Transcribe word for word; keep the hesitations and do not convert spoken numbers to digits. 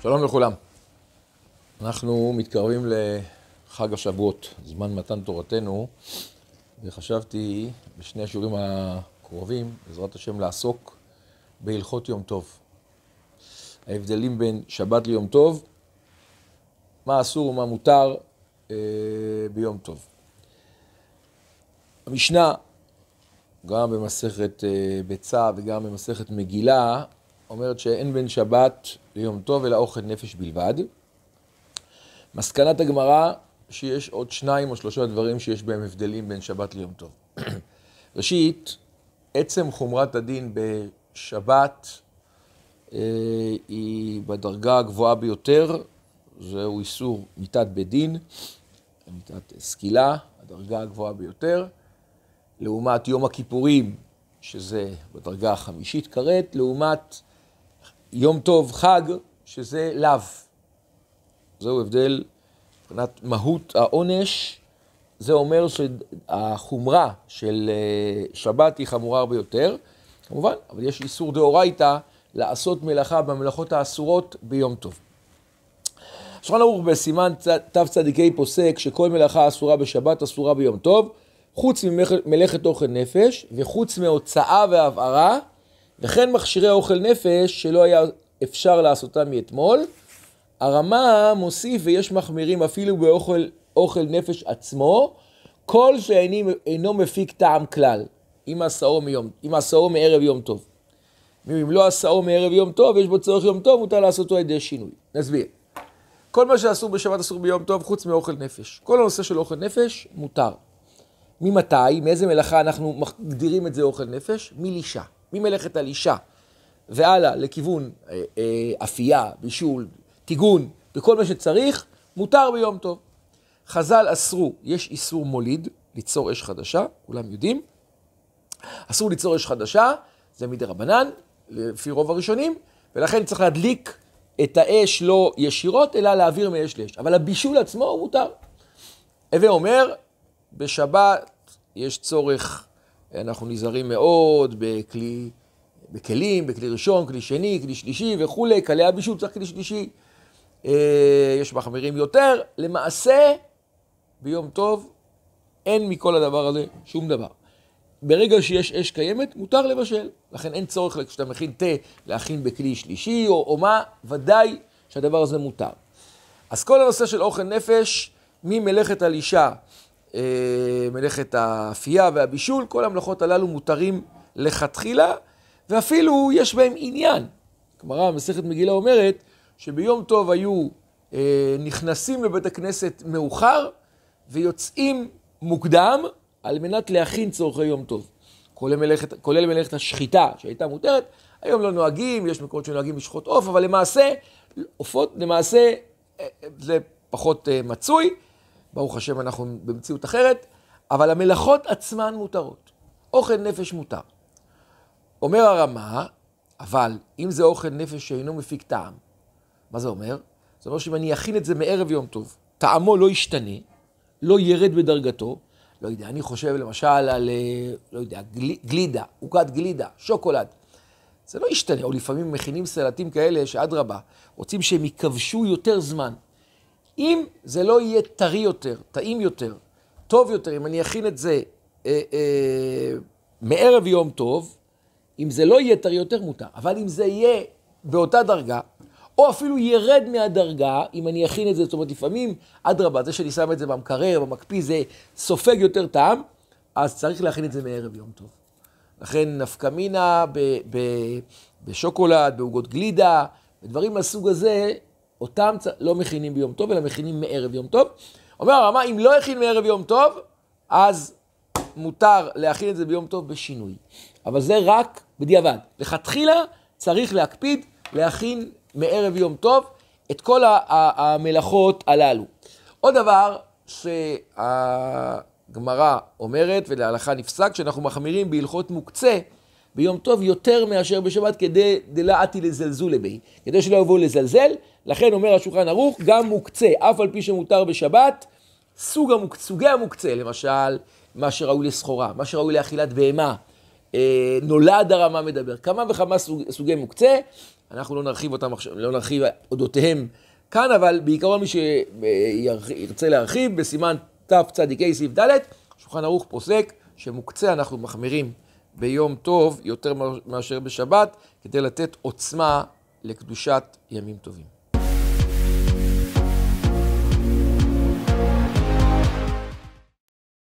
שלום לכולם. אנחנו מתקרבים לחג השבועות, זמן מתן תורתנו, וחשבתי בשני השיעורים הקרובים, בעזרת השם, לעסוק בהלכות יום טוב. ההבדלים בין שבת ליום טוב, מה אסור ומה מותר אה, ביום טוב. המשנה, גם במסכת אה, ביצה וגם במסכת מגילה, אומרת שאין בין שבת ליום טוב אלא אוכל נפש בלבד. מסקנת הגמרא שיש עוד שניים או שלושה דברים שיש בהם הבדלים בין שבת ליום טוב. ראשית, עצם חומרת הדין בשבת אה, היא בדרגה הגבוהה ביותר, זהו איסור מיתת בית דין, מיתת סקילה, הדרגה הגבוהה ביותר, לעומת יום הכיפורים, שזה בדרגה החמישית כרת, לעומת יום טוב חג, שזה לאו. זהו הבדל מבחינת מהות העונש. זה אומר שהחומרה של שבת היא חמורה הרבה יותר, כמובן, אבל יש איסור דאורייתא לעשות מלאכה במלאכות האסורות ביום טוב. שולחן ערוך בסימן תצ"ה פוסק שכל מלאכה אסורה בשבת אסורה ביום טוב, חוץ ממלאכת אוכל נפש וחוץ מהוצאה והבערה, וכן מכשירי אוכל נפש שלא היה אפשר לעשותם מאתמול. הרמה מוסיף ויש מחמירים אפילו באוכל אוכל נפש עצמו, כל שאינו מפיק טעם כלל, אם עשאו מיום, אם עשאו מערב יום טוב. אם לא עשאו מערב יום טוב, יש בו צורך יום טוב, מותר לעשותו על ידי שינוי. נסביר. כל מה שאסור בשבת אסור ביום טוב, חוץ מאוכל נפש. כל הנושא של אוכל נפש מותר. ממתי, מאיזה מלאכה אנחנו מגדירים את זה אוכל נפש? מלישה. ממלאכת הלישה והלאה לכיוון אה, אה, אפייה, בישול, טיגון, וכל מה שצריך, מותר ביום טוב. חז"ל אסרו, יש איסור מוליד, ליצור אש חדשה, כולם יודעים. אסור ליצור אש חדשה, זה מדרבנן, לפי רוב הראשונים, ולכן צריך להדליק את האש לא ישירות, אלא להעביר מאש לאש. אבל הבישול עצמו הוא מותר. הווה אומר, בשבת יש צורך, אנחנו נזהרים מאוד בכלי, בכלים, בכלי ראשון, כלי שני, כלי שלישי וכו', כלי הבישול צריך כלי שלישי. יש מחמירים יותר. למעשה, ביום טוב, אין מכל הדבר הזה שום דבר. ברגע שיש אש קיימת, מותר לבשל. לכן אין צורך כשאתה מכין תה להכין בכלי שלישי או, או מה, ודאי שהדבר הזה מותר. אז כל הנושא של אוכל נפש, ממלאכת הלישה, מלאכת האפייה והבישול, כל המלאכות הללו מותרים לכתחילה, ואפילו יש בהם עניין. הגמרא במסכת מגילה אומרת שביום טוב היו אה, נכנסים לבית הכנסת מאוחר ויוצאים מוקדם על מנת להכין צורכי יום טוב. כולל מלאכת, כולל מלאכת השחיטה שהייתה מותרת, היום לא נוהגים, יש מקומות שנוהגים לשחוט עוף, אבל למעשה, עופות, למעשה אה, זה פחות אה, מצוי, ברוך השם אנחנו במציאות אחרת, אבל המלאכות עצמן מותרות. אוכל נפש מותר. אומר הרמה, אבל אם זה אוכל נפש שאינו מפיק טעם, מה זה אומר? זה אומר שאם אני אכין את זה מערב יום טוב, טעמו לא ישתנה, לא ירד בדרגתו, לא יודע, אני חושב למשל על, לא יודע, גלידה, עוגת גלידה, שוקולד. זה לא ישתנה, או לפעמים מכינים סלטים כאלה שאדרבה, רוצים שהם יכבשו יותר זמן. אם זה לא יהיה טרי יותר, טעים יותר, טוב יותר, אם אני אכין את זה אה, אה, מערב יום טוב, אם זה לא יהיה טרי יותר מותר, אבל אם זה יהיה באותה דרגה, או אפילו ירד מהדרגה, אם אני אכין את זה, זאת אומרת לפעמים, אדרבה, זה שאני שם את זה במקרר, במקפיא, זה סופג יותר טעם, אז צריך להכין את זה מערב יום טוב. לכן נפקמינה ב- ב- בשוקולד, בעוגות גלידה, ודברים מהסוג הזה, אותם לא מכינים ביום טוב, אלא מכינים מערב יום טוב. אומר הרמה, אם לא הכין מערב יום טוב, אז מותר להכין את זה ביום טוב בשינוי. אבל זה רק בדיעבד. לכתחילה צריך להקפיד להכין מערב יום טוב את כל המלאכות הללו. עוד דבר שהגמרא אומרת, ולהלכה נפסק, שאנחנו מחמירים בהלכות מוקצה ביום טוב יותר מאשר בשבת, כדי דלעתי לזלזול בי, כדי שלא יבואו לזלזל. לכן אומר השולחן ערוך, גם מוקצה, אף על פי שמותר בשבת, סוג המוק, סוגי המוקצה, למשל, מה שראוי לסחורה, מה שראוי לאכילת בהמה, נולד הרמה מדבר, כמה וכמה סוג, סוגי מוקצה, אנחנו לא נרחיב אותם, לא נרחיב אודותיהם כאן, אבל בעיקרון מי שירצה להרחיב, בסימן תצ"ה סעיף ד', שולחן ערוך פוסק שמוקצה אנחנו מחמירים ביום טוב יותר מאשר בשבת, כדי לתת עוצמה לקדושת ימים טובים.